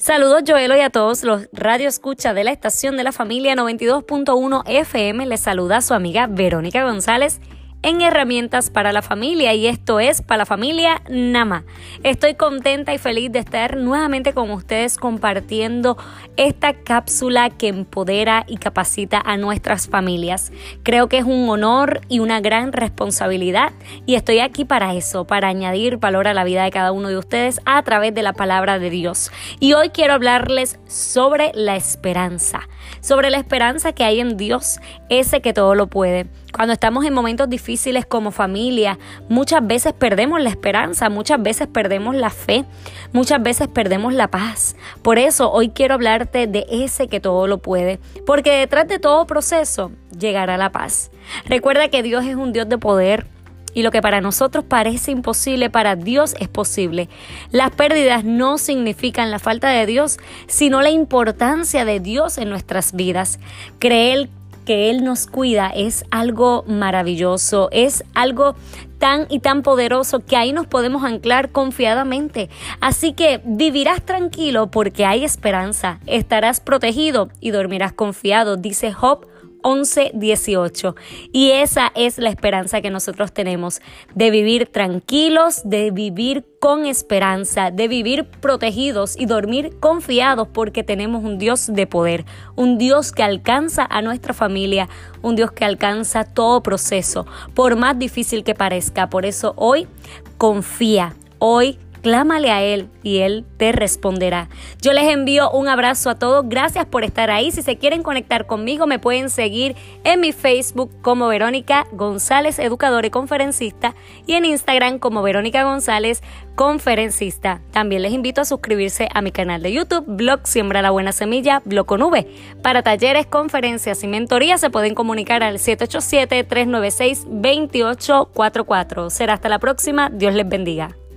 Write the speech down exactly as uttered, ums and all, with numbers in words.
Saludos Joelo y a todos los radio escucha de la estación de la familia noventa y dos punto uno F M. Les saluda su amiga Verónica González en Herramientas para la Familia, y esto es Para la Familia Nama. Estoy contenta y feliz de estar nuevamente con ustedes compartiendo esta cápsula que empodera y capacita a nuestras familias. Creo que es un honor y una gran responsabilidad, y estoy aquí para eso, para añadir valor a la vida de cada uno de ustedes a través de la palabra de Dios. Y hoy quiero hablarles sobre la esperanza, sobre la esperanza que hay en Dios, ese que todo lo puede. Cuando estamos en momentos difíciles como familia, muchas veces perdemos la esperanza, muchas veces perdemos la fe, muchas veces perdemos la paz. Por eso hoy quiero hablarte de ese que todo lo puede, porque detrás de todo proceso llegará la paz. Recuerda que Dios es un Dios de poder, y lo que para nosotros parece imposible, para Dios es posible. Las pérdidas no significan la falta de Dios, sino la importancia de Dios en nuestras vidas. Creer que Él nos cuida es algo maravilloso, es algo tan y tan poderoso que ahí nos podemos anclar confiadamente. Así que vivirás tranquilo porque hay esperanza, estarás protegido y dormirás confiado, dice Job once dieciocho. Y esa es la esperanza que nosotros tenemos, de vivir tranquilos, de vivir con esperanza, de vivir protegidos y dormir confiados, porque tenemos un Dios de poder, un Dios que alcanza a nuestra familia, un Dios que alcanza todo proceso, por más difícil que parezca. Por eso hoy confía, hoy clámale a Él y Él te responderá. Yo les envío un abrazo a todos. Gracias por estar ahí. Si se quieren conectar conmigo, me pueden seguir en mi Facebook como Verónica González, educadora y conferencista, y en Instagram como Verónica González, conferencista. También les invito a suscribirse a mi canal de YouTube, Blog Siembra la Buena Semilla, Blog con V. Para talleres, conferencias y mentorías se pueden comunicar al siete ocho siete, tres nueve seis, dos ocho cuatro cuatro. Será hasta la próxima. Dios les bendiga.